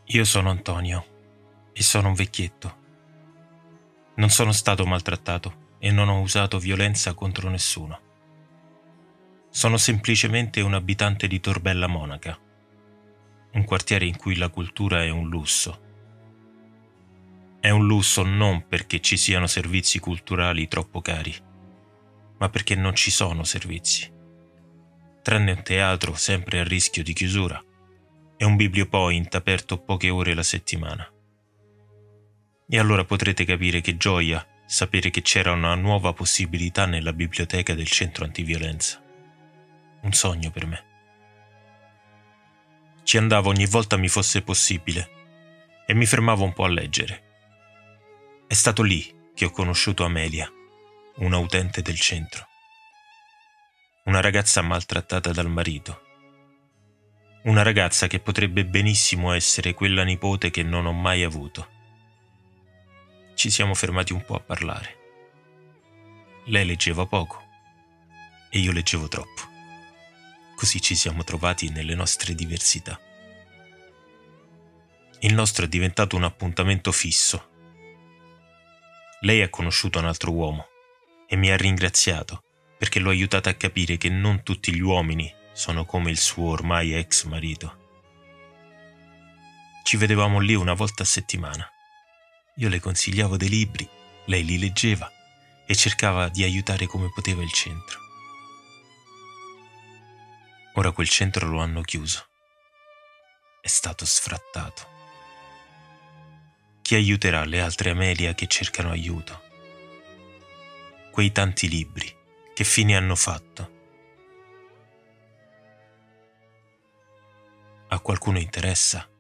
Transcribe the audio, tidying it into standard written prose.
Io sono Antonio e sono un vecchietto. Non sono stato maltrattato e non ho usato violenza contro nessuno. Sono semplicemente un abitante di Torbella Monaca, un quartiere in cui la cultura è un lusso. È un lusso non perché ci siano servizi culturali troppo cari, ma perché non ci sono servizi. Tranne un teatro sempre a rischio di chiusura e un bibliopoint aperto poche ore la settimana. E allora potrete capire che gioia sapere che c'era una nuova possibilità nella biblioteca del centro antiviolenza. Un sogno per me. Ci andavo ogni volta mi fosse possibile e mi fermavo un po' a leggere. È stato lì che ho conosciuto Amelia, una utente del centro. Una ragazza maltrattata dal marito. Una ragazza che potrebbe benissimo essere quella nipote che non ho mai avuto. Ci siamo fermati un po' a parlare. Lei leggeva poco e io leggevo troppo. Così ci siamo trovati nelle nostre diversità. Il nostro è diventato un appuntamento fisso. Lei ha conosciuto un altro uomo e mi ha ringraziato perché l'ho aiutata a capire che non tutti gli uomini sono come il suo ormai ex marito. Ci vedevamo lì una volta a settimana. Io le consigliavo dei libri, lei li leggeva e cercava di aiutare come poteva il centro. Ora quel centro lo hanno chiuso. È stato sfrattato. Chi aiuterà le altre Amelia che cercano aiuto? Quei tanti libri, che fine hanno fatto? A qualcuno interessa?